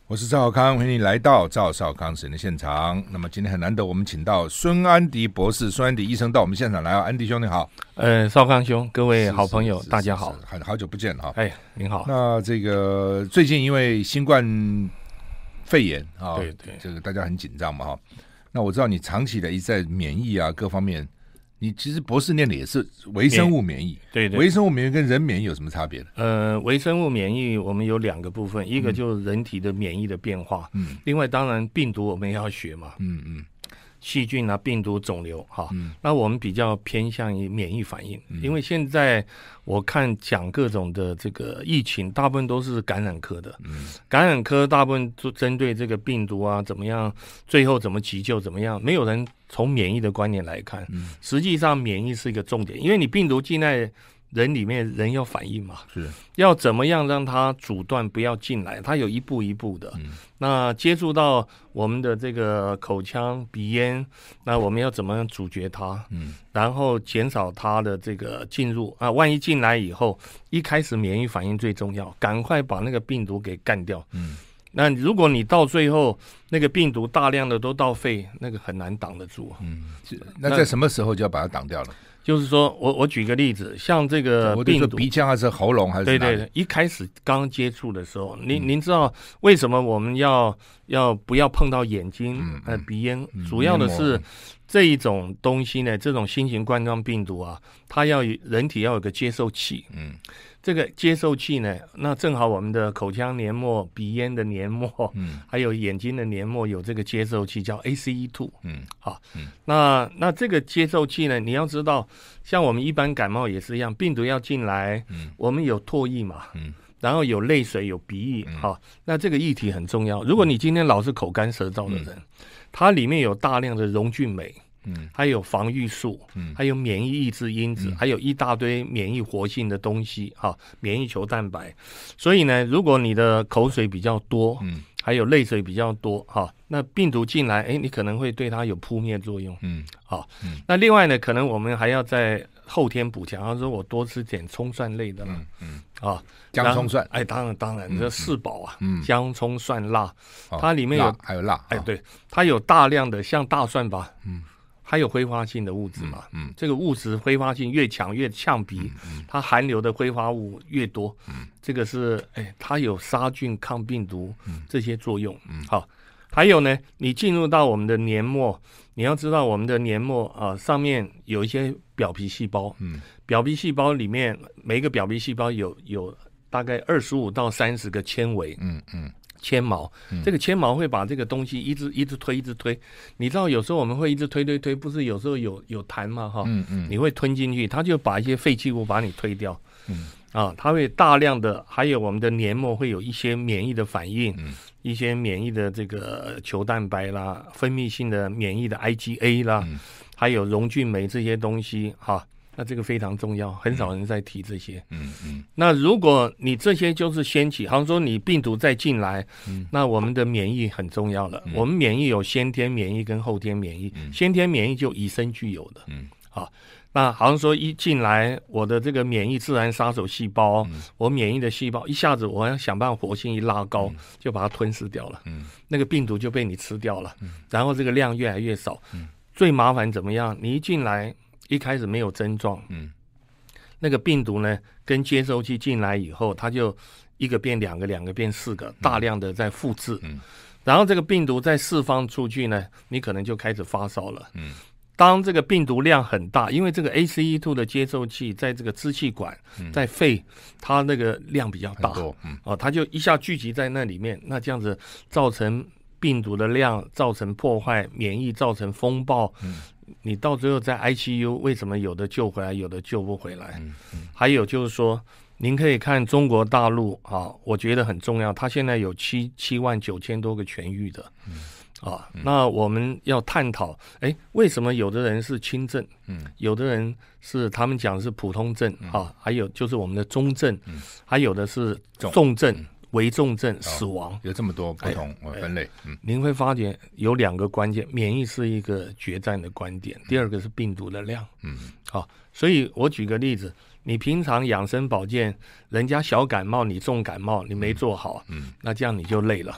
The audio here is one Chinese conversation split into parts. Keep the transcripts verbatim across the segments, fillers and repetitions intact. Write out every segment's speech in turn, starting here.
我是赵少康，欢迎你来到赵少康时间的现场。那么今天很难得，我们请到孙安迪博士、孙安迪医生到我们现场来哦。安迪兄你好。 呃，少康兄，各位好朋友，大家好， 很好久不见哈。 哎，您好。 那这个最近因为新冠肺炎啊， 对对， 这个大家很紧张嘛哈。那我知道你长期的一直在免疫啊各方面。你其实博士念的也是微生物免疫， 对对， 微生物免疫跟人免疫有什么差别呢？ 呃，微生物免疫我们有两个部分，一个就是人体的免疫的变化，嗯，另外当然病毒我们也要学嘛，嗯嗯，细菌啊、病毒、肿瘤，哈、嗯，那我们比较偏向于免疫反应，嗯、因为现在我看讲各种的这个疫情，大部分都是感染科的，嗯，感染科大部分就针对这个病毒啊怎么样，最后怎么急救怎么样，没有人从免疫的观念来看，嗯，实际上免疫是一个重点，因为你病毒进来人里面，人要反应嘛，是要怎么样让它阻断不要进来，它有一步一步的，嗯，那接触到我们的这个口腔、鼻咽，那我们要怎么样阻绝它，嗯，然后减少它的这个进入啊，万一进来以后，一开始免疫反应最重要，赶快把那个病毒给干掉，嗯。那如果你到最后那个病毒大量的都到肺，那个很难挡得住。嗯， 那在什么时候就要把它挡掉了？ 就是说我我举个例子，像这个病毒， 鼻腔还是喉咙还是哪里？ 对对对，一开始刚接触的时候，您、嗯、您知道为什么我们要要不要碰到眼睛、嗯、呃鼻咽？嗯、主要的是这一种东西呢，这种新型冠状病毒啊，它要人体要有个接受器。嗯。这个接受器呢，那正好我们的口腔黏膜、鼻咽的黏膜，嗯，还有眼睛的黏膜有这个接受器叫 A C E 二， 嗯，好，嗯，那那这个接受器呢，你要知道，像我们一般感冒也是一样，病毒要进来，嗯，我们有唾液嘛，嗯，然后有泪水、有鼻液，好、嗯，那这个液体很重要。如果你今天老是口干舌燥的人，嗯、它里面有大量的溶菌酶。嗯，还有防御素，嗯，还有免疫抑制因子，嗯、还有一大堆免疫活性的东西，哈，免疫球蛋白。所以呢，如果你的口水比较多，嗯，还有泪水比较多，哈，那病毒进来，哎，你可能会对它有扑灭作用，嗯，好，嗯，那另外呢，可能我们还要在后天补强，他说我多吃点葱蒜类的，嗯嗯，啊， 姜葱蒜， 哎，当然当然，这四宝啊，嗯，姜葱蒜辣，它里面有还有辣， 哎，对，它有大量的像大蒜吧，嗯。它有挥发性的物质嘛？嗯，嗯这个物质挥发性越强越呛鼻，嗯嗯、它含留的挥发物越多，嗯，这个是哎，它有杀菌、抗病毒、嗯、这些作用。嗯，好，还有呢，你进入到我们的黏膜，你要知道我们的黏膜啊、呃、上面有一些表皮细胞，嗯，表皮细胞里面每一个表皮细胞有有大概二十五到三十个纤维，嗯嗯。纤毛，这个纤毛会把这个东西一直一直推，一直推。你知道有时候我们会一直推推推，不是有时候有有痰嘛哈，嗯嗯，你会吞进去，它就把一些废弃物把你推掉，嗯啊，它会大量的，还有我们的黏膜会有一些免疫的反应，嗯，一些免疫的这个球蛋白啦，分泌性的免疫的 I G A 啦，嗯、还有溶菌酶这些东西哈。那这个非常重要，很少人在提这些。嗯嗯。那如果你这些就是先起，好像说你病毒再进来，嗯，那我们的免疫很重要了。嗯、我们免疫有先天免疫跟后天免疫，嗯、先天免疫就与生俱有的。嗯。好，那好像说一进来，我的这个免疫自然杀手细胞，嗯、我免疫的细胞一下子我要想办法活性一拉高，嗯、就把它吞噬掉了。嗯。那个病毒就被你吃掉了。嗯。然后这个量越来越少。嗯。最麻烦怎么样？你一进来。一开始没有症状，嗯，那个病毒呢，跟接收器进来以后，它就一个变两个，两个变四个，大量的在复制，嗯，然后这个病毒再释放出去呢，你可能就开始发烧了，嗯，当这个病毒量很大，因为这个 A C E 二 的接受器在这个支气管，嗯、在肺，它那个量比较大，嗯，哦，它就一下聚集在那里面，那这样子造成病毒的量，造成破坏，免疫造成风暴，嗯。你到最后在 I C U 为什么有的救回来，有的救不回来？嗯嗯、还有就是说，您可以看中国大陆啊，我觉得很重要，它现在有七七万九千多个痊愈的，嗯、啊，嗯、那我们要探讨，哎，为什么有的人是轻症，嗯，有的人是他们讲是普通症，嗯、啊，还有就是我们的中症，嗯、还有的是重症。嗯危重症、死亡、哦、 有这么多不同分类、嗯、 您会发觉有两个关键，免疫是一个决战的观点，第二个是病毒的量。嗯，好、哦，所以我举个例子，你平常养生保健，人家小感冒你重感冒，你没做好，嗯，那这样你就累了。嗯，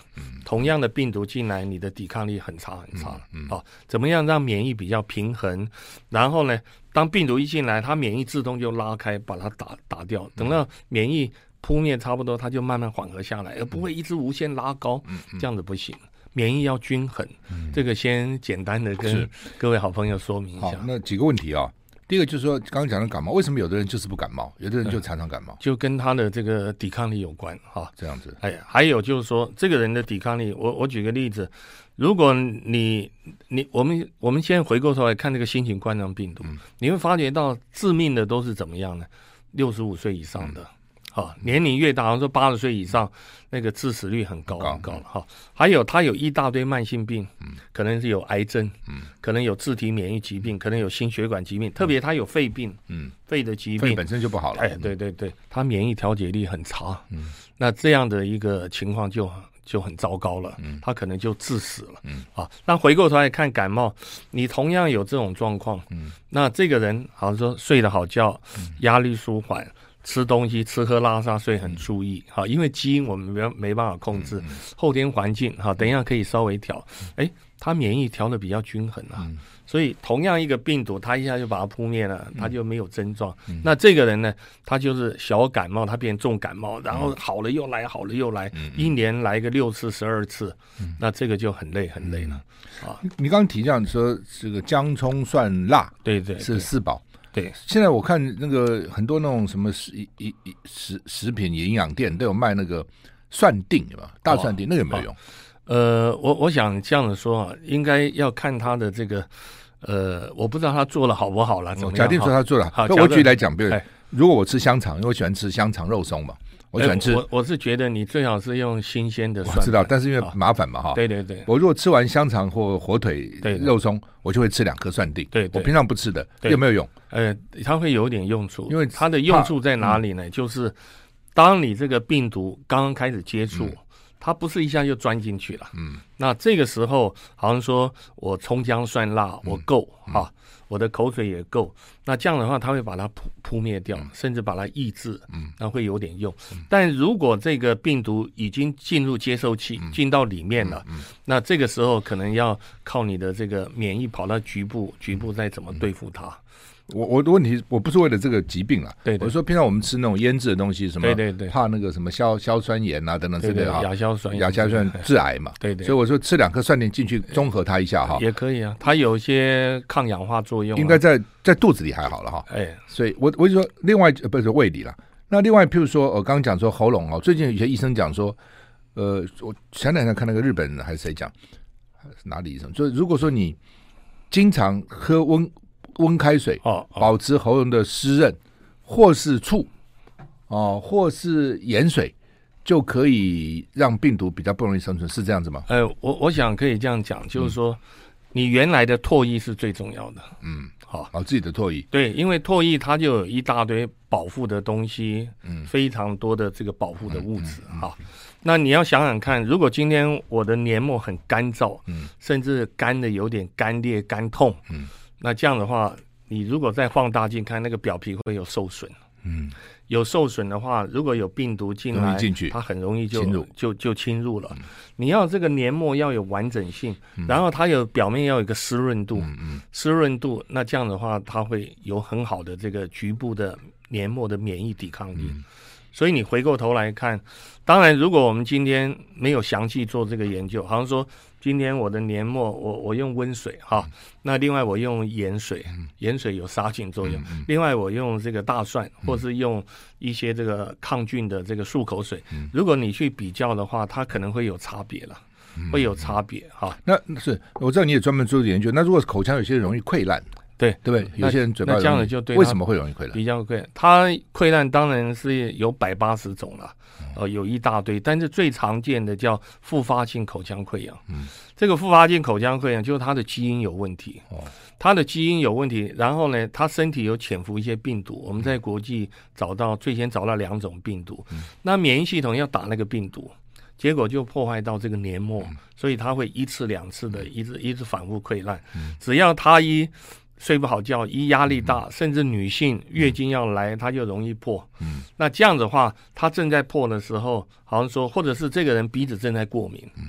同样的病毒进来，你的抵抗力很差很差。嗯，好、嗯哦，怎么样让免疫比较平衡？然后呢，当病毒一进来，它免疫自动就拉开，把它打打掉。等到免疫扑灭差不多，它就慢慢缓和下来，而不会一直无限拉高。嗯嗯、这样子不行。免疫要均衡，嗯、这个先简单的跟各位好朋友说明一下。 好，那几个问题啊、哦。第一个就是说，刚刚讲的感冒，为什么有的人就是不感冒，有的人就常常感冒？ 就跟他的这个抵抗力有关哈。 这样子。 哎，还有就是说，这个人的抵抗力，我我举个例子，如果你你我们我们现在回过头来看这个新型冠状病毒，嗯、你会发觉到致命的都是怎么样呢？六十五岁以上的。嗯好，年龄越大，好像说八十岁以上，那个致死率很高很高了哈。还有他有一大堆慢性病，嗯，可能是有癌症，嗯，可能有自体免疫疾病，可能有心血管疾病，特别他有肺病，嗯，肺的疾病， 肺本身就不好了。 哎，对对对，他免疫调节力很差，嗯，那这样的一个情况就就很糟糕了，嗯，他可能就致死了，嗯，啊，那回过头来看感冒，你同样有这种状况，嗯，那这个人好像说睡得好觉，压力舒缓。吃东西吃喝拉撒睡很注意，好，因为基因我们没没办法控制，后天环境好，等一下可以稍微调，哎，他免疫调的比较均衡啊，所以同样一个病毒，他一下就把它扑灭了，他就没有症状。那这个人呢，他就是小感冒，他变重感冒，然后好了又来，好了又来，一年来个六次、十二次，那这个就很累很累了啊。 你刚刚提到说这个姜、葱、蒜、辣， 对对， 是四宝。 对， 现在我看那个很多那种什么食一一食食品营养店都有卖那个蒜锭，有吧？大蒜锭、哦、那个有没有用？ 呃，我我想这样子说啊，应该要看他的这个，呃，我不知道他做的好不好了。 假定说他做的好，我举例来讲，比如如果我吃香肠，因为我喜欢吃香肠肉松嘛。我喜欢吃， 我我是觉得你最好是用新鲜的蒜。 我知道，但是因为麻烦嘛哈。 对对对。 我如果吃完香肠或火腿肉松，我就会吃两颗蒜锭。 对， 我平常不吃的，有没有用？ 呃，它会有点用处，因为它的用处在哪里呢？嗯、就是当你这个病毒刚刚开始接触。嗯它不是一下就钻进去了，嗯，那这个时候好像说我葱姜蒜辣我够哈、嗯啊，我的口水也够，那这样的话它会把它扑扑灭掉，嗯、甚至把它抑制，嗯，那会有点用。嗯、但如果这个病毒已经进入接收器，嗯、进到里面了，嗯嗯、那这个时候可能要靠你的这个免疫跑到局部，局部再怎么对付它。 我我的问题，我不是为了这个疾病啦， 对对， 我说平常我们吃那种腌制的东西，什么对对对， 怕那个什么硝硝酸盐啊等等之类的哈， 亚硝酸亚硝酸致癌嘛， 对对， 所以我说吃两颗蒜锭进去中和它一下哈， 也可以啊，它有一些抗氧化作用、啊， 应该在在肚子里还好了哈，哎，所以我我就说另外呃不是胃里了，那另外譬如说我刚刚讲说喉咙哦，最近有些医生讲说，呃，我前两天看那个日本人还是谁讲，哪里医生，就如果说你经常喝温。温开水，哦哦、保持喉咙的湿润，或是醋，哦，或是盐水，就可以让病毒比较不容易生存，是这样子吗？ 呃，我我想可以这样讲，就是说，嗯、你原来的唾液是最重要的， 嗯，好，哦，自己的唾液， 对，因为唾液它就有一大堆保护的东西，嗯，非常多的这个保护的物质，嗯嗯嗯、好。那你要想想看，如果今天我的黏膜很干燥，嗯，甚至干的有点干裂、干痛，嗯。那这样的话，你如果再放大镜看，那个表皮会有受损。嗯，有受损的话，如果有病毒进来， 进去， 它很容易就侵入就就侵入了。嗯、你要这个黏膜要有完整性，嗯、然后它有表面要有一个湿润度，嗯嗯、湿润度，那这样的话，它会有很好的这个局部的黏膜的免疫抵抗力。嗯、所以你回过头来看，当然，如果我们今天没有详细做这个研究，好像说。今天我的黏膜，我我用温水哈，嗯、那另外我用盐水，嗯、盐水有杀菌作用。嗯嗯、另外我用这个大蒜，嗯、或是用一些这个抗菌的这个漱口水。嗯、如果你去比较的话，它可能会有差别了，嗯、会有差别哈。 那是我知道你也专门做研究，那如果口腔有些人容易溃烂。 对对不对？有些人嘴巴那这样的就对， 为什么会容易溃烂？ 比较溃，它溃烂当然是有百八十种了，呃，有一大堆，但是最常见的叫复发性口腔溃疡。嗯，这个复发性口腔溃疡就是它的基因有问题，哦，它的基因有问题，然后呢，它身体有潜伏一些病毒。我们在国际找到最先找到两种病毒，嗯、那免疫系统要打那个病毒。结果就破坏到这个黏膜，嗯、所以它会一次两次的一直一直反复溃烂。嗯、只要它一睡不好觉，一压力大，嗯、甚至女性月经要来，它就容易破。嗯、那这样的话，它正在破的时候，好像说，或者是这个人鼻子正在过敏，嗯、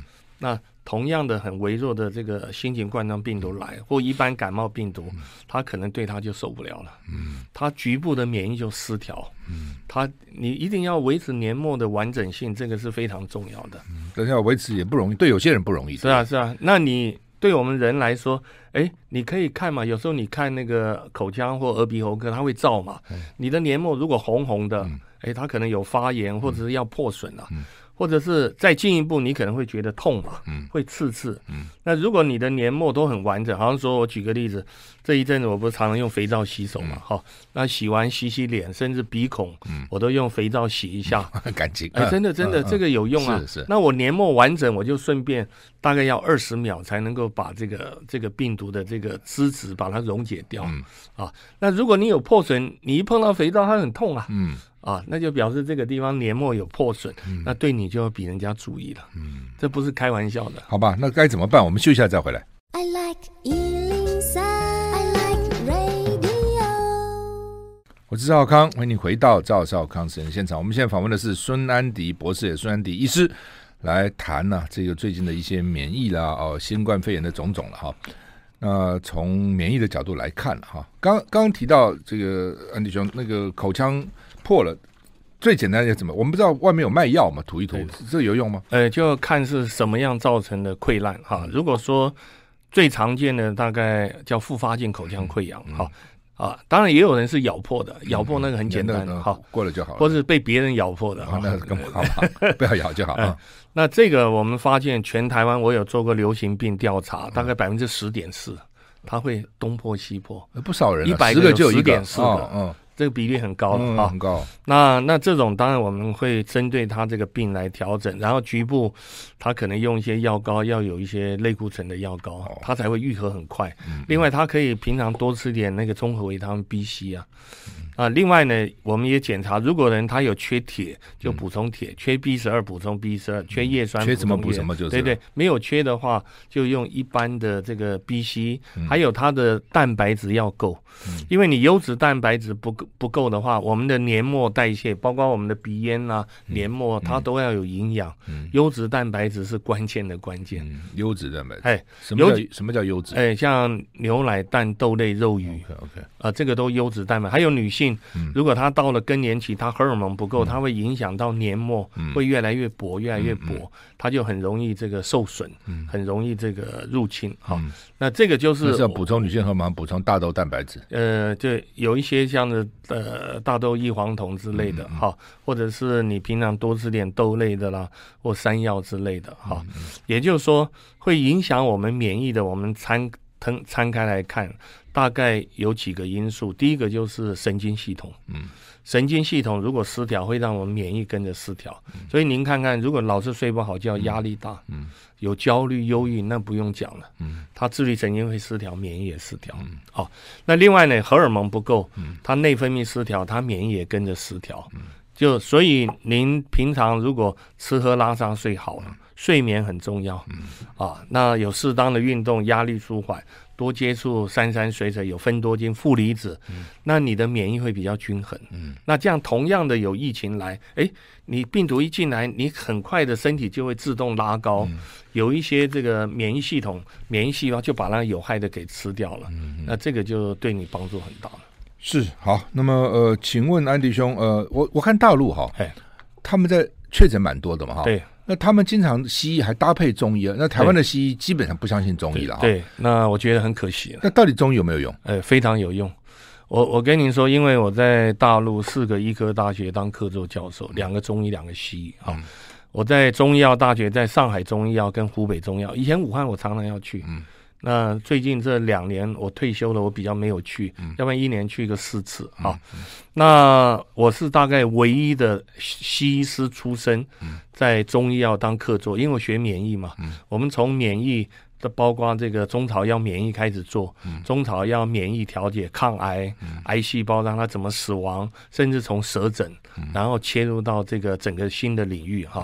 那同样的很微弱的这个新型冠状病毒来，或一般感冒病毒，它可能对它就受不了了，嗯，它局部的免疫就失调，嗯，它你一定要维持黏膜的完整性，这个是非常重要的。 嗯，但是要维持也不容易，对有些人不容易。 是啊，是啊，那你对我们人来说，哎，你可以看嘛，有时候你看那个口腔或耳鼻喉科，它会照嘛，嗯，你的黏膜如果红红的，哎，嗯，它可能有发炎或者是要破损了，嗯。或者是再进一步，你可能会觉得痛嘛，嗯，会刺刺，嗯。那如果你的黏膜都很完整，好像说我举个例子，这一阵子我不是常常用肥皂洗手嘛，哈，嗯，那洗完洗洗脸，甚至鼻孔，嗯，我都用肥皂洗一下， 很干净。 哎，真的真的，嗯，这个有用啊。 是是。 那我黏膜完整，我就顺便大概要二十秒才能够把这个这个病毒的这个脂质把它溶解掉，嗯，啊。那如果你有破损，你一碰到肥皂，它很痛啊，嗯。啊，那就表示这个地方黏膜有破损，嗯，那对你就要比人家注意了，嗯，这不是开玩笑的。 好吧，那该怎么办？我们休息一下再回来。I like 一零三 I like radio。我是赵少康，欢迎你回到赵少康实验现场。我们现在访问的是孙安迪博士，也孙安迪医师，来谈呢、啊、这个最近的一些免疫啦、哦新冠肺炎的种种了哈。那从免疫的角度来看哈，刚刚刚提到这个安迪兄那个口腔破了，最简单的怎么？我们不知道外面有卖药嘛，涂一涂，这有用吗？ 呃，就看是什么样造成的溃烂哈。如果说最常见的大概叫复发性口腔溃疡哈。嗯啊，当然也有人是咬破的，咬破那个很简单， 嗯、 好过了就好了， 或是被别人咬破的， 啊、那更好吧，不要咬就好。 嗯，那这个我们发现全台湾我有做过流行病调查，大概百分之十点四，它会东破西破， 不少人、啊， 一百个就有十点四个， 哦嗯。 这个比例很高的、 嗯、 啊， 很高。 那那这种当然我们会针对他这个病来调整，然后局部他可能用一些药膏，要有一些类固醇的药膏，哦、它才会愈合很快。嗯、另外，他可以平常多吃点那个综合维他命 B C 啊。嗯啊，另外呢，我们也检查，如果人他有缺铁，就补充铁；嗯、缺 B 十二补充 B 十二；缺叶酸缺什么补什么就是。 对对，没有缺的话，就用一般的这个 B C，、嗯、还有它的蛋白质要够，嗯、因为你优质蛋白质不不够的话，我们的黏膜代谢，包括我们的鼻咽啊、黏膜，它都要有营养。嗯、优质蛋白质是关键的关键。 嗯、优质蛋白质， 哎， 什么叫什么叫优质？ 哎，像牛奶、蛋、豆类、肉鱼 ，OK OK， 啊、 呃，这个都优质蛋白。还有女性。如果她到了更年期，她荷尔蒙不够，它会影响到黏膜，嗯、会越来越薄，越来越薄，嗯、它就很容易这个受损，嗯、很容易这个入侵。好、嗯，那这个就是那是要补充女性荷尔蒙，补充大豆蛋白质。 呃，对，有一些像的呃大豆异黄酮之类的，哈、嗯，或者是你平常多吃点豆类的啦，或山药之类的，哈、嗯，也就是说会影响我们免疫的，我们参摊摊开来看。大概有几个因素，第一个就是神经系统，嗯，神经系统如果失调，会让我们免疫跟着失调。嗯、所以您看看，如果老是睡不好觉，压力大，嗯，有焦虑、忧郁，那不用讲了，嗯，他自律神经会失调，免疫也失调。嗯，好、哦，那另外呢，荷尔蒙不够，嗯，他内分泌失调，他免疫也跟着失调。嗯，就所以您平常如果吃喝拉撒睡好了，睡眠很重要，嗯，啊，那有适当的运动，压力舒缓。多接触山山水水，有芬多精、负离子，嗯、那你的免疫会比较均衡。嗯，那这样同样的有疫情来，哎，你病毒一进来，你很快的身体就会自动拉高，嗯、有一些这个免疫系统、免疫细胞就把那有害的给吃掉了。嗯，那这个就对你帮助很大了。 是好，那么呃，请问安迪兄，呃，我我看大陆哈，他们在确诊蛮多的嘛哈。 对。 那他们经常西医还搭配中医，那台湾的西医基本上不相信中医了。 对，对，那我觉得很可惜了。 那到底中医有没有用？ 呃，非常有用。我我跟您说，因为我在大陆四个医科大学当客座教授，两个中医，两个西医啊。嗯、我在中医药大学，在上海中医药跟湖北中医药，以前武汉我常常要去。嗯。那最近这两年我退休了，我比较没有去，嗯、要不然一年去个四次啊。嗯嗯、那我是大概唯一的西医师出身，在中医药当客座，因为我学免疫嘛。嗯、我们从免疫的包括这个中草药免疫开始做，嗯、中草药免疫调节抗癌，嗯、癌细胞让它怎么死亡，甚至从舌诊，嗯、然后切入到这个整个新的领域哈。嗯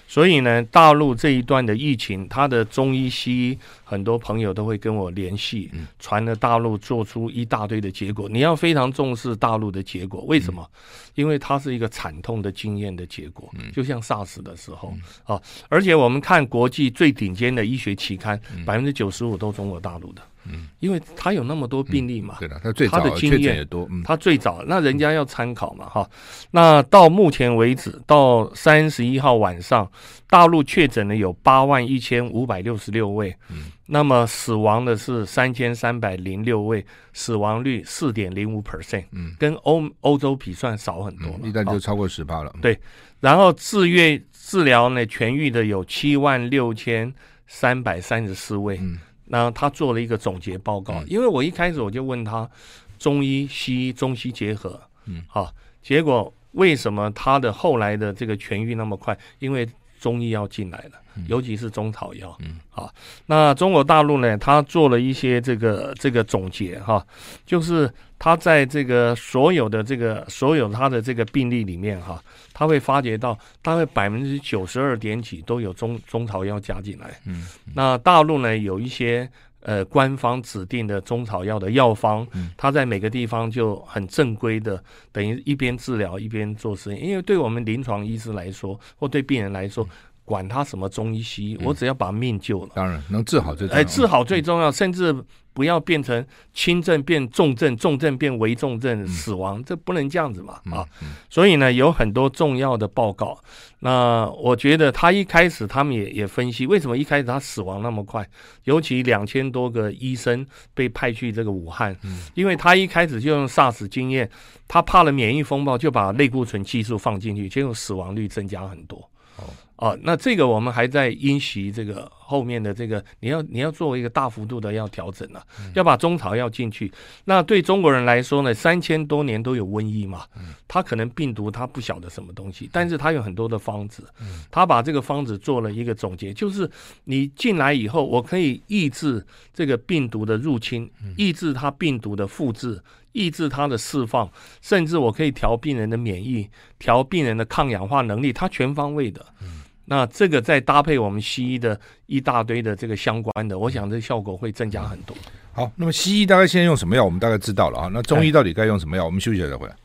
所以呢，大陆这一段的疫情，它的中医西医很多朋友都会跟我联系，传了大陆做出一大堆的结果。你要非常重视大陆的结果，为什么？因为它是一个惨痛的经验的结果，就像 SARS 的时候啊。而且我们看国际最顶尖的医学期刊，百分之九十五都中国大陆的。嗯，因为他有那么多病例嘛， 嗯、对的，他最早他的经验也多，嗯， 他最早，那人家要参考嘛，哈。那到目前为止，到三十一号晚上，大陆确诊的有八万一千五百六十六位，嗯，那么死亡的是三千三百零六位，死亡率四点零五 percent， 嗯，跟欧欧洲比算少很多了， 一旦就超过十趴了， 对。然后治愈治疗呢，痊愈的有七万六千三百三十四位，嗯。那他做了一个总结报告，嗯、因为我一开始我就问他，中医、西医、中西结合，嗯，好，结果为什么他的后来的这个痊愈那么快？因为中医药进来了，嗯、尤其是中草药，嗯，好，那中国大陆呢，他做了一些这个这个总结哈，就是他在这个所有的这个所有他的这个病例里面哈，他会发觉到大概百分之九十二点几都有中中草药加进来，嗯，那大陆呢有一些呃官方指定的中草药的药方，嗯，他在每个地方就很正规的，等于一边治疗一边做实验，因为对我们临床医师来说，或对病人来说。管他什么中医西医，嗯、我只要把命救了。 当然能治好最重要。 哎，治好最重要，甚至不要变成轻症变重症，重症变危重症、嗯、死亡，这不能这样子嘛、嗯、啊！嗯、所以呢，有很多重要的报告。那我觉得他一开始他们也也分析，为什么一开始他死亡那么快？尤其两千多个医生被派去这个武汉，嗯、因为他一开始就用 SARS 经验，他怕了免疫风暴，就把类固醇技术放进去，结果死亡率增加很多。哦哦，那这个我们还在因袭这个后面的这个，你要你要做一个大幅度的要调整了、啊，嗯、要把中草药进去。那对中国人来说呢，三千多年都有瘟疫嘛，嗯、他可能病毒他不晓得什么东西，但是他有很多的方子，嗯、他把这个方子做了一个总结，就是你进来以后，我可以抑制这个病毒的入侵，嗯、抑制它病毒的复制。抑制它的释放，甚至我可以调病人的免疫，调病人的抗氧化能力，它全方位的。嗯、那这个再搭配我们西医的一大堆的这个相关的，我想这效果会增加很多。 好，那么西医大概现在用什么药，我们大概知道了啊。那中医到底该用什么药？我们休息一下再回来。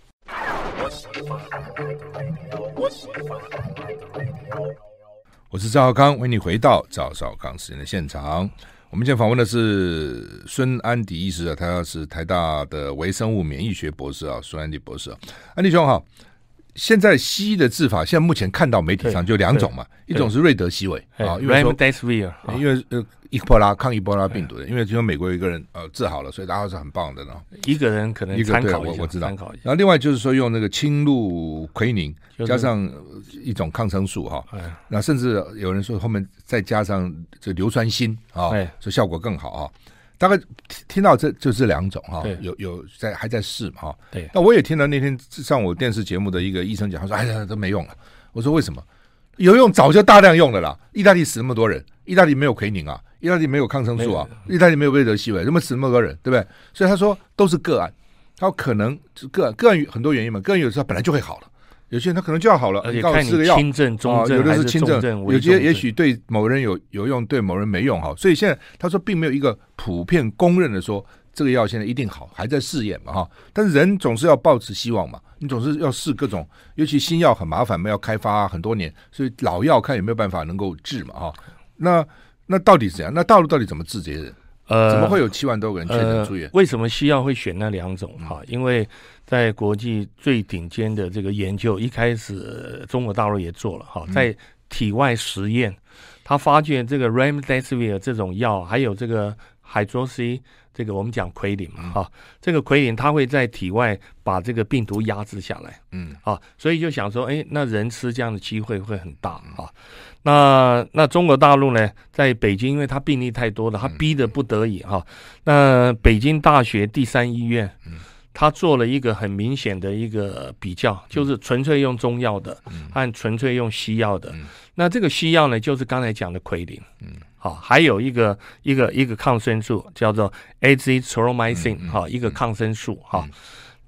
我是赵少康，为你回到赵少康时间的现场。我们今天访问的是孙安迪医师啊，他是台大的微生物免疫学博士啊，孙安迪博士啊。安迪兄好，现在西医的治法，现在目前看到媒体上就两种嘛，一种是瑞德西韦啊，因为说 Remdesivir， 因为呃伊波拉抗伊波拉病毒的，因为听说美国有一个人呃治好了，所以大家是很棒的呢。 一个人可能参考一下， 我我知道。 参考一下。 然后另外就是说用那个侵入奎宁加上一种抗生素哈，那甚至有人说后面再加上这硫酸锌啊，所以效果更好啊。大概听到这就这两种哈，有有在还在试嘛哈。对。那我也听到那天上我电视节目的一个医生讲，他说哎呀都没用了。我说为什么？有用早就大量用了啦。意大利死那么多人，意大利没有奎宁啊，意大利没有抗生素啊，意大利没有瑞德西韦，怎么死那么多人，对不对？所以他说都是个案，他可能个案个案很多原因嘛，个案有时候本来就会好了。有些人他可能就要好了， 而且看你轻症、中症、 有的是轻症，有些也许对某人有有用，对某人没用哈。所以现在他说并没有一个普遍公认的说这个药现在一定好，还在试验嘛哈。但是人总是要抱持希望嘛，你总是要试各种，尤其新药很麻烦嘛，要开发很多年，所以老药看有没有办法能够治嘛哈。那那到底是怎样？那大陆到底怎么治这些人？呃，怎么会有七万多个人确诊住院？ 呃、为什么西药会选那两种哈？嗯、因为在国际最顶尖的这个研究，一开始中国大陆也做了哈，在体外实验，他发现这个 Remdesivir 这种药，还有这个 Hydroxy 这个我们讲奎宁嘛哈，这个奎宁它会在体外把这个病毒压制下来，嗯啊，所以就想说，哎，那人吃这样的机会会很大啊。那那中国大陆呢，在北京，因为它病例太多了，他逼得不得已哈。那北京大学第三医院，他做了一个很明显的一个比较，就是纯粹用中药的和纯粹用西药的。那这个西药呢，就是刚才讲的奎宁，嗯，好，还有一个一个一个抗生素叫做 Azithromycin， 哈，一个抗生素哈。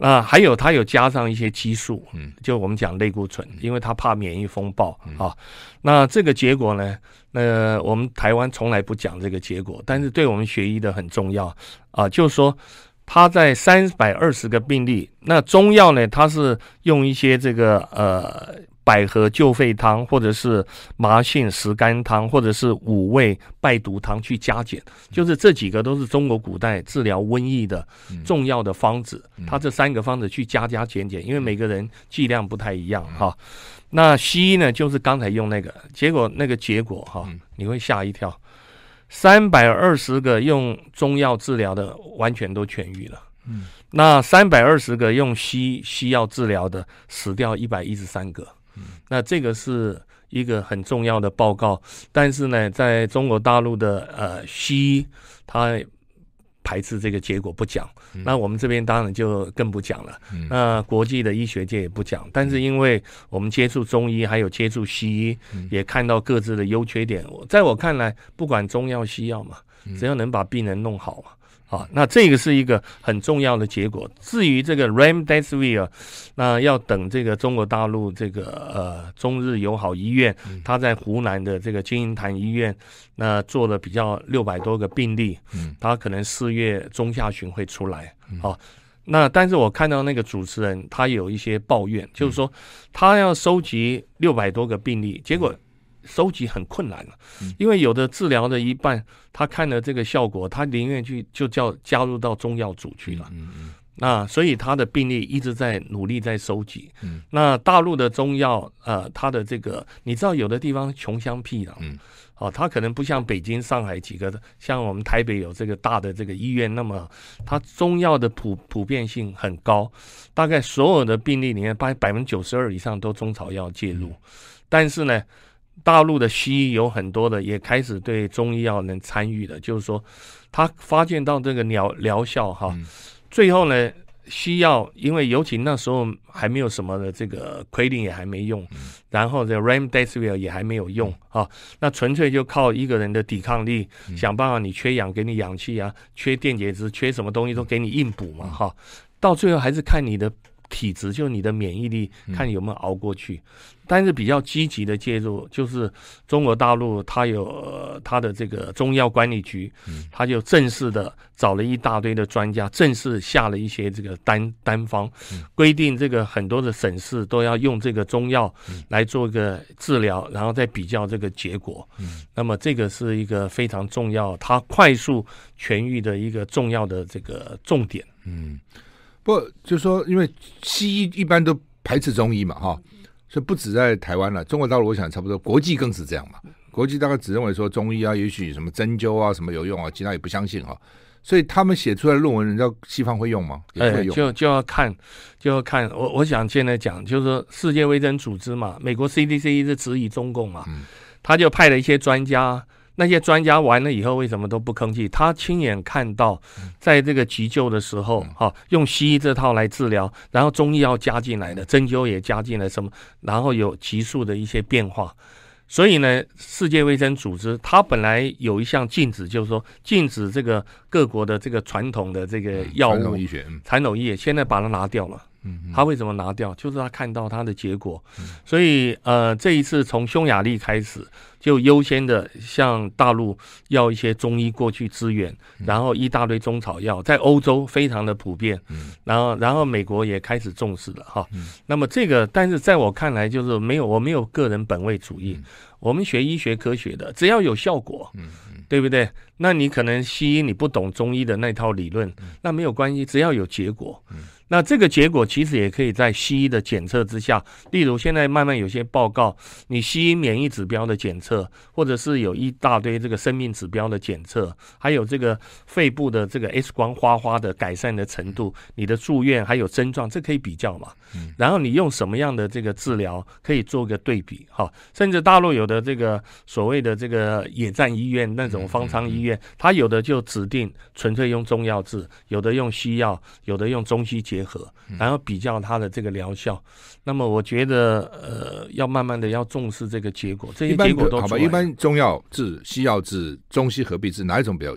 那还有它有加上一些激素，嗯，就我们讲类固醇，因为它怕免疫风暴、嗯、啊。那这个结果呢，那我们台湾从来不讲这个结果，但是对我们学医的很重要啊，就是说它在三百二十个病例，那中药呢，它是用一些这个呃。百合救肺汤，或者是麻杏石甘汤，或者是五味败毒汤去加减，就是这几个都是中国古代治疗瘟疫的重要的方子。嗯、它这三个方子去加加减减，因为每个人剂量不太一样哈。那西医呢，就是刚才用那个，结果那个结果哈，你会吓一跳，三百二十个用中药治疗的完全都痊愈了。嗯，那三百二十个用西西药治疗的死掉一百一十三个。那这个是一个很重要的报告，但是呢，在中国大陆的呃西医，他排斥这个结果不讲。嗯、那我们这边当然就更不讲了。嗯、那国际的医学界也不讲，但是因为我们接触中医，还有接触西医，嗯、也看到各自的优缺点。在我看来，不管中药西药嘛，只要能把病人弄好嘛。啊，那这个是一个很重要的结果。至于这个 Remdesivir， 那要等这个中国大陆这个呃中日友好医院，他在湖南的这个金银潭医院，那做了比较六百多个病例，他可能四月中下旬会出来。好，那但是我看到那个主持人他有一些抱怨，就是说他要收集六百多个病例，结果收集很困难了，因为有的治疗的一半，他看了这个效果，他宁愿去就叫加入到中药组去了。嗯嗯，那所以他的病例一直在努力在收集。嗯，那大陆的中药，呃，他的这个你知道，有的地方穷乡僻壤，嗯，哦，他可能不像北京、上海几个，像我们台北有这个大的这个医院，那么它中药的普普遍性很高，大概所有的病例里面，百百分之九十二以上都中草药介入，但是呢。大陆的西医有很多的也开始对中医药能参与的，就是说他发现到这个疗疗效哈，嗯、最后呢西药因为尤其那时候还没有什么的这个奎宁也还没用，嗯、然后这 Remdesivir 也还没有用啊，那纯粹就靠一个人的抵抗力，嗯、想办法你缺氧给你氧气啊，缺电解质缺什么东西都给你硬补嘛哈，到最后还是看你的体质，就你的免疫力，看有没有熬过去。但是比较积极的介入，就是中国大陆它有、呃、它的这个中药管理局，它就正式的找了一大堆的专家，正式下了一些这个单单方，规定这个很多的省市都要用这个中药来做一个治疗，然后再比较这个结果。那么这个是一个非常重要，它快速痊愈的一个重要的这个重点。 嗯。不过就是说，因为西医一般都排斥中医嘛，哈，所以不止在台湾了，中国大陆我想差不多，国际更是这样嘛。国际大概只认为说中医啊，也许什么针灸啊什么有用啊，其他也不相信哈。所以他们写出来的论文，人家西方会用吗？也会用， 哎、就就要看，就要看。我我想现在讲，就是说世界卫生组织嘛，美国 C D C 是质疑中共嘛，嗯、他就派了一些专家。那些专家完了以后为什么都不吭气？他亲眼看到在这个急救的时候、嗯啊、用西医这套来治疗，然后中医药加进来的，针灸也加进来什么，然后有急速的一些变化。所以呢，世界卫生组织它本来有一项禁止，就是说禁止这个各国的这个传统的这个药物、 传统医学、 传统医学，现在把它拿掉了。嗯，他为什么拿掉？就是他看到他的结果，嗯、所以呃，这一次从匈牙利开始，就优先的向大陆要一些中医过去支援，嗯、然后一大堆中草药，在欧洲非常的普遍，嗯、然后然后美国也开始重视了哈。嗯、那么这个，但是在我看来，就是没有我没有个人本位主义，嗯、我们学医学科学的，只要有效果，嗯嗯、对不对？那你可能西医你不懂中医的那套理论，嗯、那没有关系，只要有结果。嗯那这个结果其实也可以在西医的检测之下，例如现在慢慢有些报告，你西医免疫指标的检测，或者是有一大堆这个生命指标的检测，还有这个肺部的这个 X 光花花的改善的程度，你的住院还有症状，这可以比较嘛。然后你用什么样的这个治疗可以做个对比，哈，甚至大陆有的这个所谓的这个野战医院那种方舱医院，它有的就指定纯粹用中药治，有的用西药，有的用中西结合，然后比较它的这个疗效。那么我觉得呃，要慢慢的要重视这个结果，这些结果都出来。 好吧，一般中药治、西药治、中西合璧治，哪一种比较有效？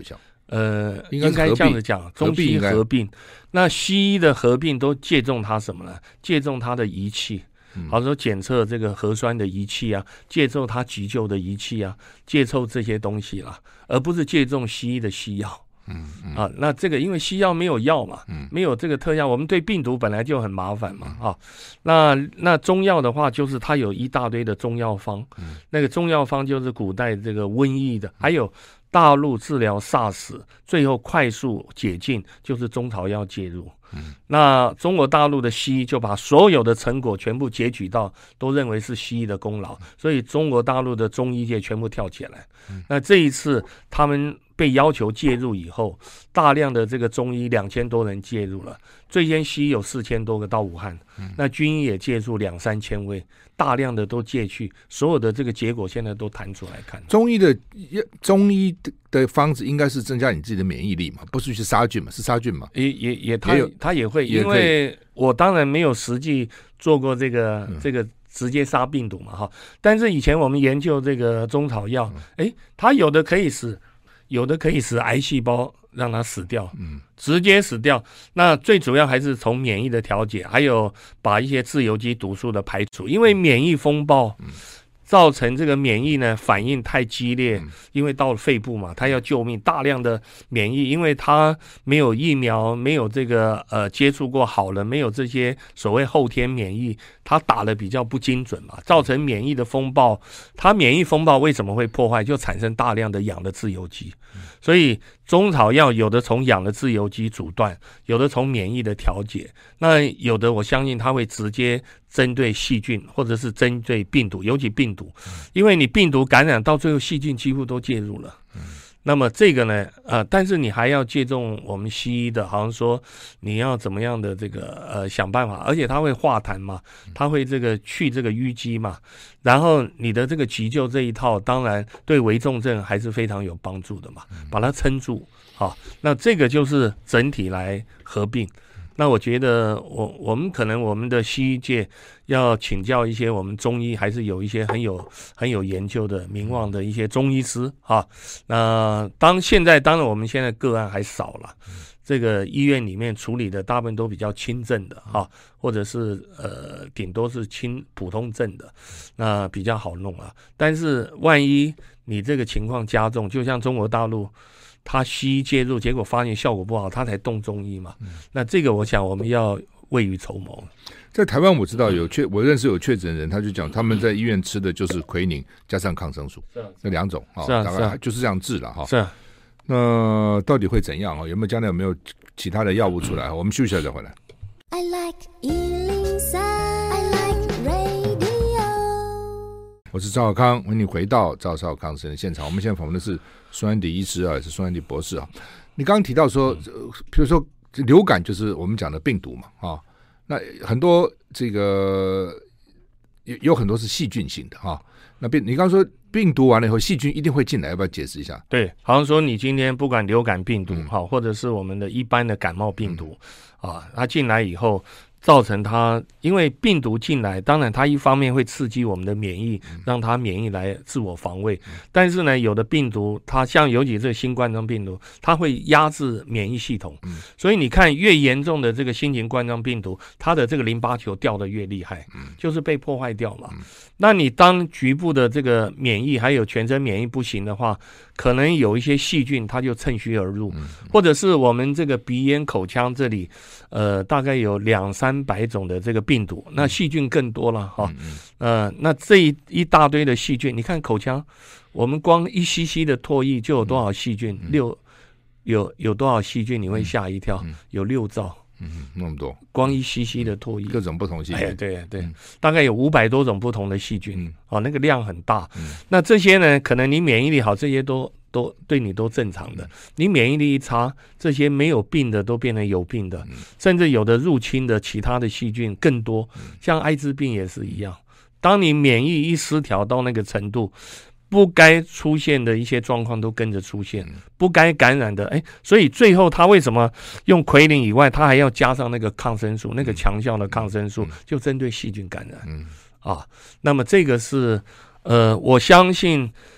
呃，应该这样子讲，中西合并。那西医的合并都借重它什么呢？借重它的仪器，好比说检测这个核酸的仪器啊，借重它急救的仪器啊，借重这些东西啦，而不是借重西医的西药。嗯嗯啊，那这个因为西药没有药嘛，嗯，没有这个特效，我们对病毒本来就很麻烦嘛，啊，那那中药的话，就是它有一大堆的中药方，嗯，那个中药方就是古代这个瘟疫的，还有大陆治疗 SARS 最后快速解禁，就是中草药介入。嗯，那中国大陆的西医就把所有的成果全部截取到，都认为是西医的功劳，所以中国大陆的中医界全部跳起来。嗯，那这一次他们被要求介入以后，大量的这个中医两千多人介入了，最先西医有四千多个到武汉，嗯，那军医也介入两三千位，大量的都介去，所有的这个结果现在都谈出来看。 中医的中医的方子应该是增加你自己的免疫力嘛，不是去杀菌嘛？是杀菌嘛？ 也也也，他他也会，因为我当然没有实际做过这个、嗯、这个直接杀病毒嘛哈，但是以前我们研究这个中草药，哎、嗯，它有的可以死，有的可以使癌细胞让它死掉，嗯，直接死掉。那最主要还是从免疫的调节，还有把一些自由基毒素的排除，因为免疫风暴。嗯，造成这个免疫呢反应太激烈，因为到了肺部嘛，它要救命，大量的免疫，因为它没有疫苗，没有这个呃接触过好了，没有这些所谓后天免疫，它打的比较不精准嘛，造成免疫的风暴。它免疫风暴为什么会破坏？就产生大量的氧的自由基，所以中草药有的从氧的自由基阻断，有的从免疫的调节，那有的我相信它会直接针对细菌或者是针对病毒，尤其病毒，因为你病毒感染到最后细菌几乎都介入了。那么这个呢，呃，但是你还要借重我们西医的，好像说你要怎么样的这个呃想办法，而且它会化痰嘛，它会这个去这个淤积嘛，然后你的这个急救这一套，当然对危重症还是非常有帮助的嘛，把它撑住，好，那这个就是整体来合并。那我觉得我我们可能我们的西医界要请教一些我们中医，还是有一些很有很有研究的名望的一些中医师哈。那当现在当然我们现在个案还少了，这个医院里面处理的大部分都比较轻症的哈，或者是呃顶多是轻普通症的，那比较好弄啊。但是万一你这个情况加重，就像中国大陆。他西医介入，结果发现效果不好，他才动中医嘛。嗯、那这个我想我们要未雨绸缪。 在台湾我知道有确，我认识有确诊人，他就讲他们在医院吃的就是奎宁加上抗生素，是、啊、那两种啊，大概就是这样治了哈。 是、啊。 那到底会怎样啊？有没有将来有没有其他的药物出来？我们休息一下再回来。I like 一零三 I like radio。我是赵少康，欢迎你回到赵少康生的现场。我们现在访问的是孙安迪医师啊，也是孙安迪博士啊。你刚刚提到说，比如说流感就是我们讲的病毒嘛，啊，那很多这个有有很多是细菌性的哈。那病你刚刚说病毒完了以后，细菌一定会进来，要不要解释一下？ 对，好像说你今天不管流感病毒哈、嗯，或者是我们的一般的感冒病毒、嗯、啊，它进来以后。造成它，因为病毒进来，当然它一方面会刺激我们的免疫，让它免疫来自我防卫。但是呢，有的病毒，它像尤其这个新冠状病毒，它会压制免疫系统。所以你看，越严重的这个新型冠状病毒，它的这个淋巴球掉得越厉害，就是被破坏掉嘛。那你当局部的这个免疫还有全身免疫不行的话，可能有一些细菌它就趁虚而入，或者是我们这个鼻咽口腔这里，呃，大概有两三百种的这个病毒，那细菌更多了哈。呃，那这一一大堆的细菌，你看口腔，我们光一 C C 的唾液就有多少细菌？六有有多少细菌？你会吓一跳，有六兆。 嗯，那么多， 光一 C C 的唾液， 各种不同细菌， 哎、对对、嗯，大概有五百多种不同的细菌，嗯、哦，那个量很大、嗯。那这些呢，可能你免疫力好，这些都都对你都正常的。嗯、你免疫力一差，这些没有病的都变成有病的，嗯、甚至有的入侵的其他的细菌更多，嗯、像艾滋病也是一样。当你免疫一失调到那个程度。不该出现的一些状况都跟着出现，不该感染的，哎，所以最后他为什么用奎宁以外，他还要加上那个抗生素，那个强效的抗生素，就针对细菌感染，嗯啊，那么这个是，呃，我相信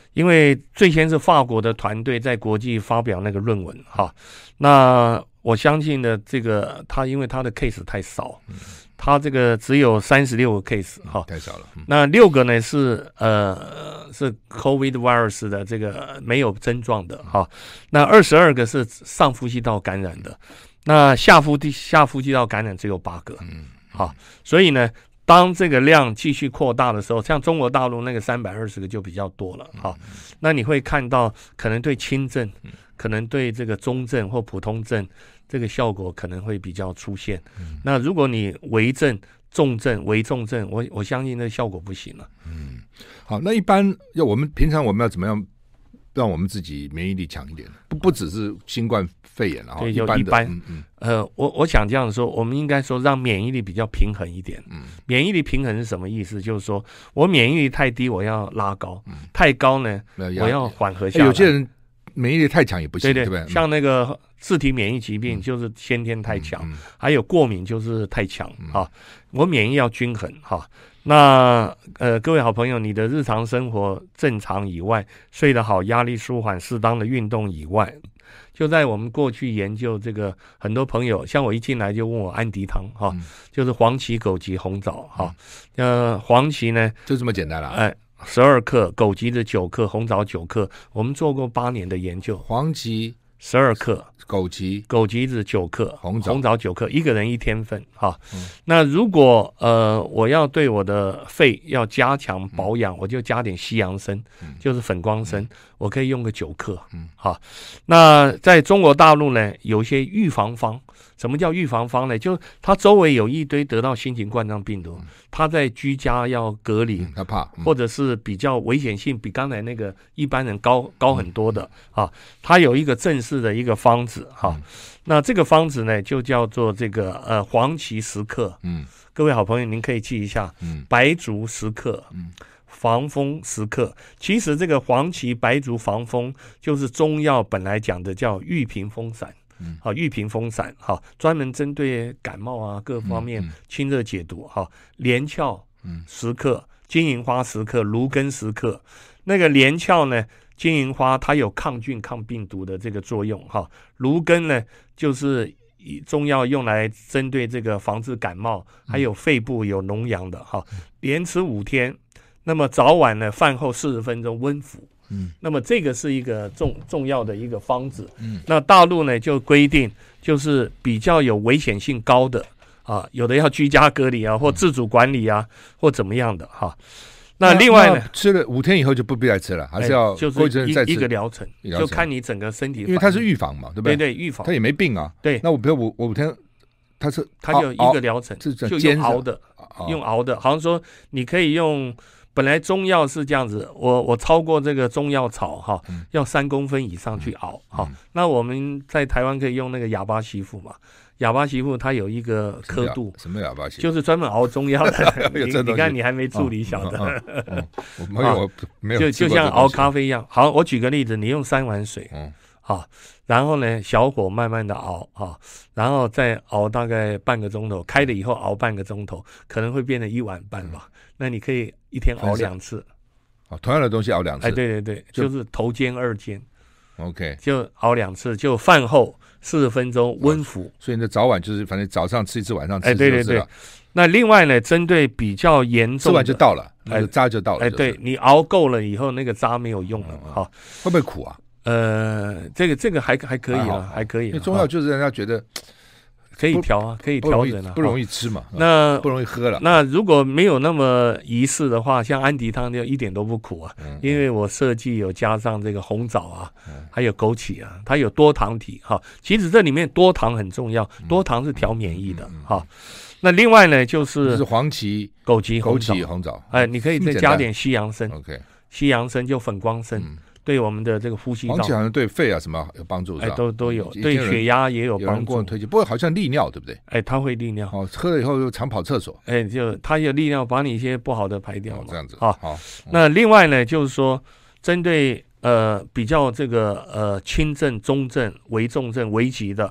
因为最先是法国的团队在国际发表那个论文哈，那我相信呢，这个他因为他的 case 太少，嗯、他这个只有三十六个 case 哈、嗯， 太少了。嗯、 那六个呢是呃是 COVID virus 的这个没有症状的哈，那二十二个是上呼吸道感染的，那下呼下呼吸道感染只有八个，嗯，好，所以呢。当这个量继续扩大的时候，像中国大陆那个三百二十个就比较多了哈。那你会看到，可能对轻症，可能对这个中症或普通症，这个效果可能会比较出现。那如果你危症、重症、危重症，我我相信那效果不行了。 嗯，好，那一般要我们平常我们要怎么样让我们自己免疫力强一点？不不只是新冠肺炎了哈， 对， 一般的， 一般， 嗯嗯， 呃，我我想这样说，我们应该说让免疫力比较平衡一点。嗯，免疫力平衡是什么意思？就是说我免疫力太低，我要拉高；嗯、太高呢，我要缓和下来。 有些人免疫力太强也不行， 对对, 对不对？ 像那个自体免疫疾病就是先天太强，嗯嗯、还有过敏就是太强、嗯、啊。我免疫要均衡哈。那呃，各位好朋友，你的日常生活正常以外，睡得好，压力舒缓，适当的运动以外，就在我们过去研究这个，很多朋友像我一进来就问我安迪汤哈，嗯、就是黄芪、枸杞、红枣哈。呃，黄芪呢就这么简单了， 哎、呃，十二克，枸杞的九克，红枣九克，我们做过八年的研究， 黄芪十二克。 枸杞枸杞子九克， 红枣红枣九克，一个人一天份哈、嗯。那如果呃我要对我的肺要加强保养，嗯、我就加点西洋参，嗯、就是粉光参，嗯、我可以用个九克。嗯，好。那在中国大陆呢，有一些预防方。什么叫预防方呢？就他周围有一堆得到新型冠状病毒，嗯、他在居家要隔离， 嗯、他怕，嗯、或者是比较危险性比刚才那个一般人高高很多的、嗯、啊，他有一个正式的一个方子哈、嗯。那这个方子呢，就叫做这个呃黄芪十克，嗯，各位好朋友您可以记一下，嗯，白术十克，嗯。防风十克，其实这个黄芪、白术、防风就是中药本来讲的叫玉屏风散。好，玉屏风散，好，专门针对感冒啊各方面清热解毒。好，连翘十克，金银花十克，芦根十克。那个连翘呢，金银花它有抗菌、抗病毒的这个作用。哈，芦根呢，就是中药用来针对这个防治感冒，还有肺部有脓疡的。哈，连吃五天，那么早晚呢，饭后四十分钟温服。嗯，那么这个是一个重重要的一个方子。嗯，那大陆呢就规定，就是比较有危险性高的啊，有的要居家隔离啊，或自主管理啊，或怎么样的哈。那另外呢， 吃了五天以后就不必再吃了，还是要过一阵再吃一个疗程，就看你整个身体， 因为它是预防嘛，对不对？ 对对，预防， 它也没病啊。 对， 那我比如我我五天，它是它就一个疗程，就用熬的，用熬的，好像说你可以用。本来中药是这样子，我我超过这个中药草哈，嗯、要三公分以上去熬哈、嗯。那我们在台湾可以用那个哑巴媳妇嘛，哑巴媳妇它有一个刻度， 什么哑巴媳妇？ 就是专门熬中药的。你, 你看你还没处理晓得，哦哦哦、 我没有没有， 就就像熬咖啡一样。好，我举个例子，你用三碗水，嗯，好，然后呢小火慢慢的熬哈，然后再熬大概半个钟头，开了以后熬半个钟头，可能会变成一碗半吧。嗯、那你可以一天熬两次， 哦，同样的东西熬两次， 哎，对对对，就, 就是头煎二煎 ，OK， 就熬两次，就饭后四十分钟温服、哦。 所以你的早晚就是反正早上吃一次，晚上吃一次， 哎，对对对。那另外呢，针对比较严重的， 吃完就到了，那个渣就到了， 哎，对你熬够了以后，那个渣没有用了，哈、嗯， 会不会苦啊？ 呃，这个这个还还可以啊，还可以。 因为中药就是人家觉得。 可以调啊，可以调整啊， 不容易吃嘛， 那不容易喝了。 那如果没有那么仪式的话，像安迪汤就一点都不苦啊，嗯、因为我设计有加上这个红枣啊，嗯、还有枸杞啊，它有多糖体哈。其实这里面多糖很重要，多糖是调免疫的哈。那另外呢，就是是黄芪、 枸杞、 枸杞、红枣， 哎，你可以再加点西洋参 ，OK， 西洋参就粉光参。嗯，对我们的这个呼吸道， 黄芪好像对肺啊什么有帮助， 哎，都都有，对血压也有帮助。 推荐，不过好像利尿，对不对？ 哎，它会利尿。 哦，喝了以后又常跑厕所。 哎，就它有利尿，把你一些不好的排掉嘛。 哦、这样子。 好，好。那另外呢，就是说，针对呃比较这个呃轻症、中症、危重症、危急的，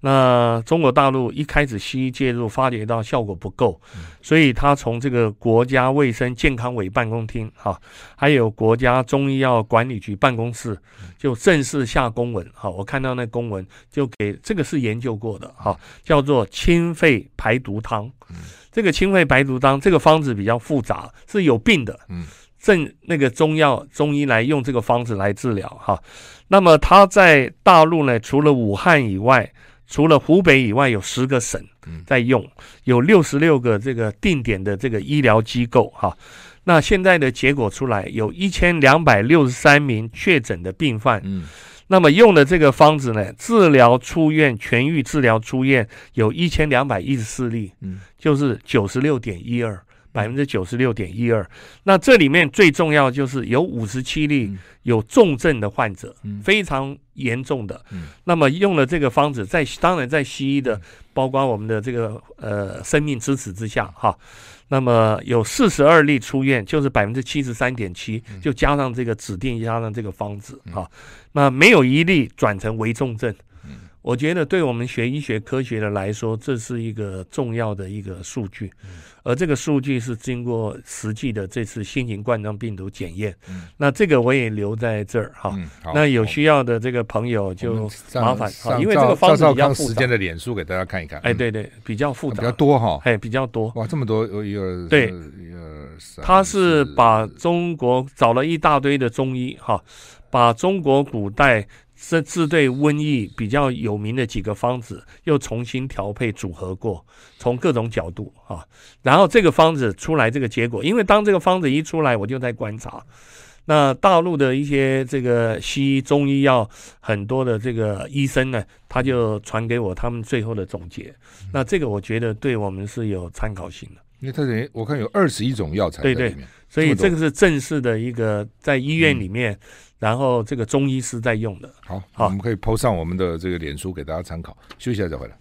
那中国大陆一开始西医介入，发觉到效果不够，所以他从这个国家卫生健康委办公厅哈，还有国家中医药管理局办公室就正式下公文哈，我看到那公文就给这个是研究过的哈，叫做清肺排毒汤。这个清肺排毒汤这个方子比较复杂，是有病的，嗯。正那个中药中医来用这个方子来治疗哈，那么他在大陆呢，除了武汉以外，除了湖北以外，有十个省在用，有六十六个这个定点的这个医疗机构哈。那现在的结果出来，有一千两百六十三名确诊的病患，嗯，那么用的这个方子呢，治疗出院痊愈治疗出院有一千两百一十四例，嗯，就是九十六点一二。百分之九十六点一二，那这里面最重要就是有五十七例有重症的患者，嗯、非常严重的。嗯、那么用了这个方子，在当然在西医的，包括我们的这个呃生命支持之下，哈，那么有四十二例出院，就是百分之七十三点七，就加上这个指定加上这个方子，哈，那没有一例转成危重症。我觉得对我们学医学科学的来说，这是一个重要的一个数据，而这个数据是经过实际的这次新型冠状病毒检验。嗯、那这个我也留在这儿哈。嗯、那有需要的这个朋友就麻烦，因为这个方子比较复杂。 时间的脸书给大家看一看。 哎，对对，比较复杂， 比较多哈。 哎，比较多。 哇，这么多有有对，他是把中国找了一大堆的中医哈，把中国古代这治对瘟疫比较有名的几个方子又重新调配组合过，从各种角度啊，然后这个方子出来这个结果，因为当这个方子一出来，我就在观察，那大陆的一些这个西医中医药很多的这个医生呢，他就传给我他们最后的总结，那这个我觉得对我们是有参考性的。 因为它等于我看有二十一种药材在里面，对对， 所以这个是正式的一个在医院里面。嗯，然后这个中医师在用的。 好，好，我们可以 po 上我们的这个脸书给大家参考。休息一下再回来。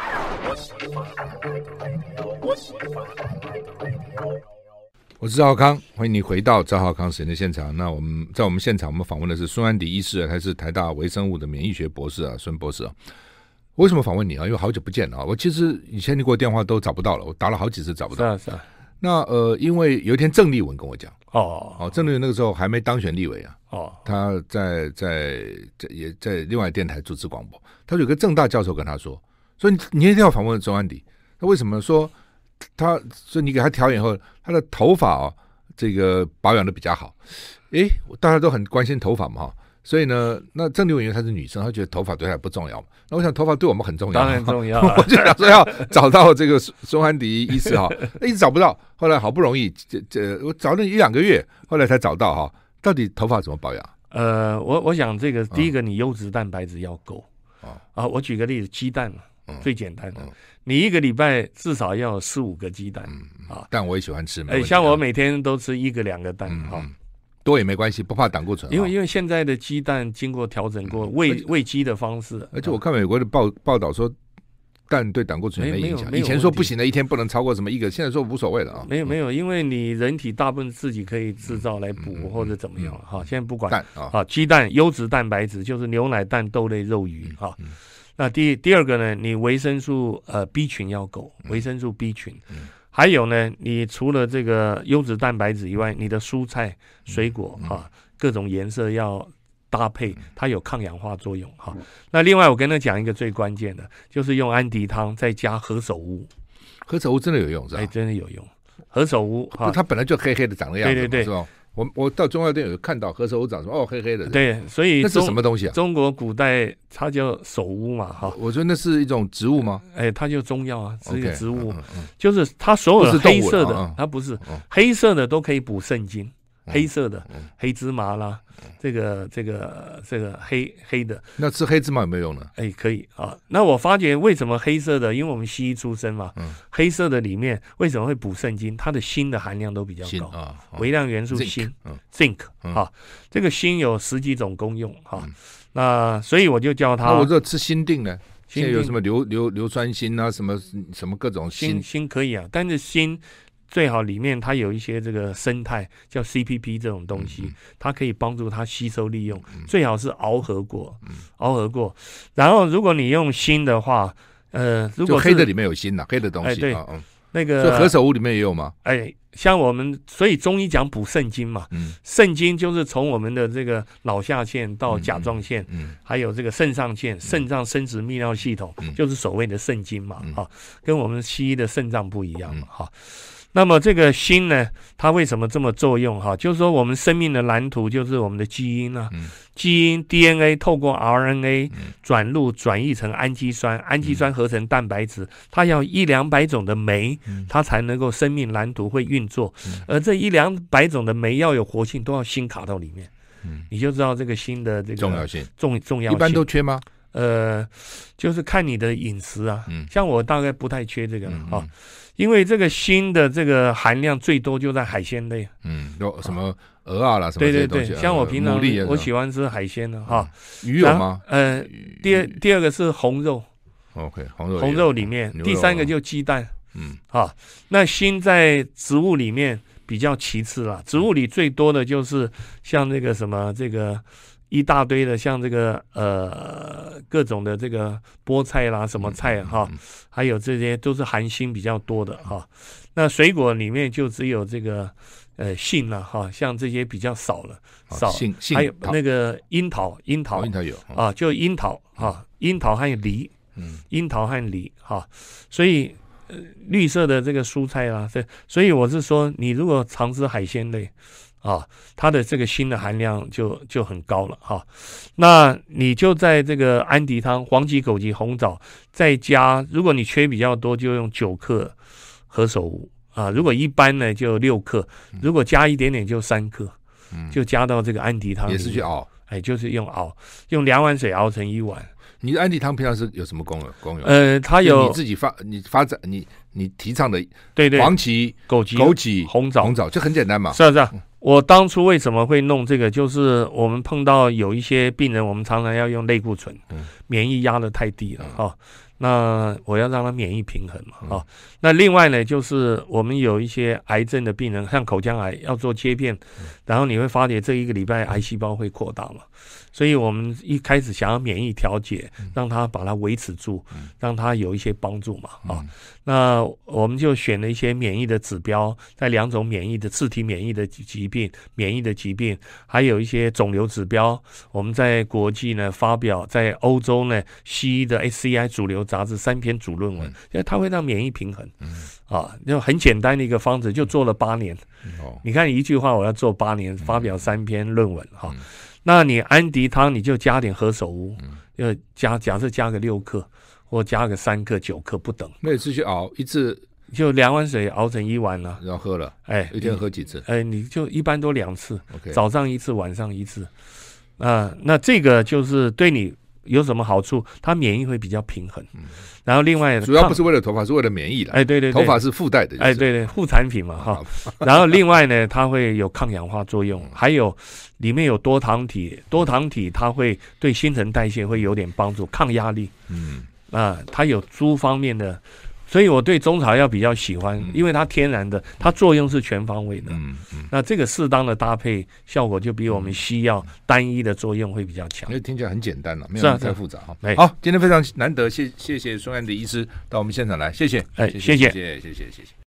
我是赵浩康，欢迎你回到赵浩康实验的现场。那我们在我们现场，我们访问的是孙安迪医师，他是台大微生物的免疫学博士啊，孙博士啊。为什么访问你啊？因为好久不见了啊！我其实以前你给我电话都找不到了，我打了好几次找不到。 是啊，是啊。 那呃，因为有一天郑丽文跟我讲， 哦哦，郑丽文那个时候还没当选立委啊，哦，他在在在也在另外电台主持广播，他有个郑大教授跟他说，说你你一定要访问周安迪，他为什么说他说你给他调养后，他的头发哦，这个保养的比较好，诶，大家都很关心头发嘛哈。所以呢，那郑丽文因为她是女生，她觉得头发对她也不重要嘛。那我想头发对我们很重要， 当然重要。 我就想说要找到这个孙安迪医师哈，一直找不到。后来好不容易，这这我找了一两个月，后来才找到哈。到底头发怎么保养？ 呃，我我想这个第一个，你优质蛋白质要够啊、嗯、啊。我举个例子，鸡蛋嘛，嗯、最简单的，嗯、你一个礼拜至少要有四五个鸡蛋、嗯、啊。 蛋我也喜欢吃， 哎，像我每天都吃一个两个蛋哈。嗯嗯多也没关系，不怕胆固醇。 因为因为现在的鸡蛋经过调整过喂喂鸡的方式， 而且我看美国的报报道说，蛋对胆固醇没影响。以前说不行的，一天不能超过什么一个，现在说无所谓了啊。 没有没有，因为你人体大部分自己可以制造来补、嗯、或者怎么样哈、嗯。现在不管蛋啊，鸡蛋优质蛋白质就是牛奶、蛋、豆类、肉、鱼哈、嗯嗯。那第第二个呢，你维生素呃 B 群要够，维生素 B 群。嗯还有呢，你除了这个优质蛋白质以外，你的蔬菜、水果哈、啊，各种颜色要搭配，它有抗氧化作用哈、啊。那另外，我跟他讲一个最关键的，就是用安迪汤再加何首乌。 何首乌真的有用是吧？ 哎，真的有用。何首乌哈， 它本来就黑黑的，长的样子， 对对对， 是吧？我我到中药店有看到何首乌长什么哦，黑黑的。 对，所以那是什么东西啊？ 中国古代它叫首乌嘛，哈。 我说那是一种植物吗？ 哎，它就中药啊，是一个植物， okay, 嗯嗯、就是它所有的黑色的，嗯、它不是、嗯、黑色的都可以补肾精。黑色的、嗯、黑芝麻啦，嗯、这个这个这个黑黑的， 那吃黑芝麻有没有用呢？ 哎，可以啊。那我发觉为什么黑色的，因为我们西医出身嘛，嗯、黑色的里面为什么会补肾精？它的锌的含量都比较高，啊啊、微量元素锌 ，zinc 啊，这个锌有十几种功用哈、啊嗯。那所以我就叫它。 那我这吃锌锭呢？现在有什么硫硫硫酸锌啊，什么什么各种锌锌可以啊，但是锌。最好里面它有一些这个生态叫 C P P 这种东西，嗯、它可以帮助它吸收利用。嗯、最好是熬合过，嗯、 熬合过。然后如果你用锌的话，呃，如果就黑的里面有锌呐、啊，黑的东西。 哎，对， 啊嗯、 那个所以何首乌里面也有吗？ 哎，像我们所以中医讲补肾精嘛，嗯，肾精就是从我们的这个脑下腺到甲状腺，嗯，嗯还有这个肾上腺，肾脏生殖泌尿系统，嗯、就是所谓的肾精嘛，哈、嗯，跟我们西医的肾脏不一样嘛，哈、嗯。那么这个锌呢，它为什么这么作用？哈，就是说我们生命的蓝图就是我们的基因啊，嗯、基因 D N A 透过 R N A 转录转译成氨基酸，氨基酸合成蛋白质，它要一两百种的酶，它才能够生命蓝图会运作，而这一两百种的酶要有活性，都要锌卡到里面，嗯、你就知道这个锌的这个重要性重重要性。 一般都缺吗？ 呃，就是看你的饮食啊，嗯、像我大概不太缺这个啊。嗯嗯因为这个锌的这个含量最多就在海鲜类， 嗯，有什么鹅啊啦，什么这些东西。 对对对，像我平常我喜欢吃海鲜的哈。 鱼有吗？ 呃，第二第二个是红肉 ，OK， 红肉红肉里面，第三个就鸡蛋，嗯，好，那锌在植物里面比较其次啦，植物里最多的就是像这个什么这个。一大堆的像这个呃各种的这个菠菜啦什么菜哈，还有这些都是含锌比较多的哈。那水果里面就只有这个呃杏了哈，像这些比较少了，少。还有那个樱桃，樱桃， 樱桃有啊，就樱桃啊，樱桃还有梨，嗯，樱桃和梨哈，所以呃绿色的这个蔬菜啦，这所以我是说，你如果常吃海鲜类。啊，它的这个锌的含量就就很高了哈、啊。那你就在这个安迪汤、黄芪、枸杞、红枣，再加，如果你缺比较多，就用九克何首乌啊。如果一般呢，就六克；如果加一点点，就三克，嗯、就加到这个安迪汤里面。 也是去熬， 哎，就是用熬，用两碗水熬成一碗。 你的安迪汤平常是有什么功能？功用？ 呃，它有你自己发，你发展，你你提倡的， 对对， 黄芪、 枸杞、 枸杞、 红枣、 红枣，这很简单嘛。 是啊是啊。我当初为什么会弄这个？就是我们碰到有一些病人，我们常常要用类固醇，嗯、免疫压得太低了哈、嗯哦。那我要让他免疫平衡嘛哈、嗯哦。那另外呢，就是我们有一些癌症的病人，像口腔癌要做切片，嗯、然后你会发觉这一个礼拜癌细胞会扩大嘛。所以我们一开始想要免疫调节，让它把它维持住，让它有一些帮助嘛啊。那我们就选了一些免疫的指标，在两种免疫的自体免疫的疾病、免疫的疾病，还有一些肿瘤指标。我们在国际呢发表，在欧洲呢西医的 S C I 主流杂志三篇主论文，因为它会让免疫平衡。啊，就很简单的一个方子，就做了八年。你看一句话，我要做八年，发表三篇论文哈。那你安迪汤你就加点何首乌，就加假设加个六克，或加个三克、九克不等。 每次去熬一次， 就两碗水熬成一碗了， 然后喝了。 哎， 一天喝几次？ 哎，你就一般都两次， okay. 早上一次，晚上一次。啊、呃，那这个就是对你有什么好处？它免疫会比较平衡。嗯、然后另外主要不是为了头发，是为了免疫的。 哎，对 对, 对， 头发是附带的、就是。 哎，对对，副产品嘛哈。然后另外呢，它会有抗氧化作用，还有里面有多糖体，多糖体它会对新陈代谢会有点帮助，抗压力。嗯，啊，它有诸方面的。所以我对中草药比较喜欢，因为它天然的，它作用是全方位的。嗯嗯，那这个适当的搭配，效果就比我们西药单一的作用会比较强。 因为听起来很简单了，没有太复杂哈。好，今天非常难得，谢谢谢孙安迪医师到我们现场来，谢谢， 哎，谢谢， 谢谢，谢谢，谢谢。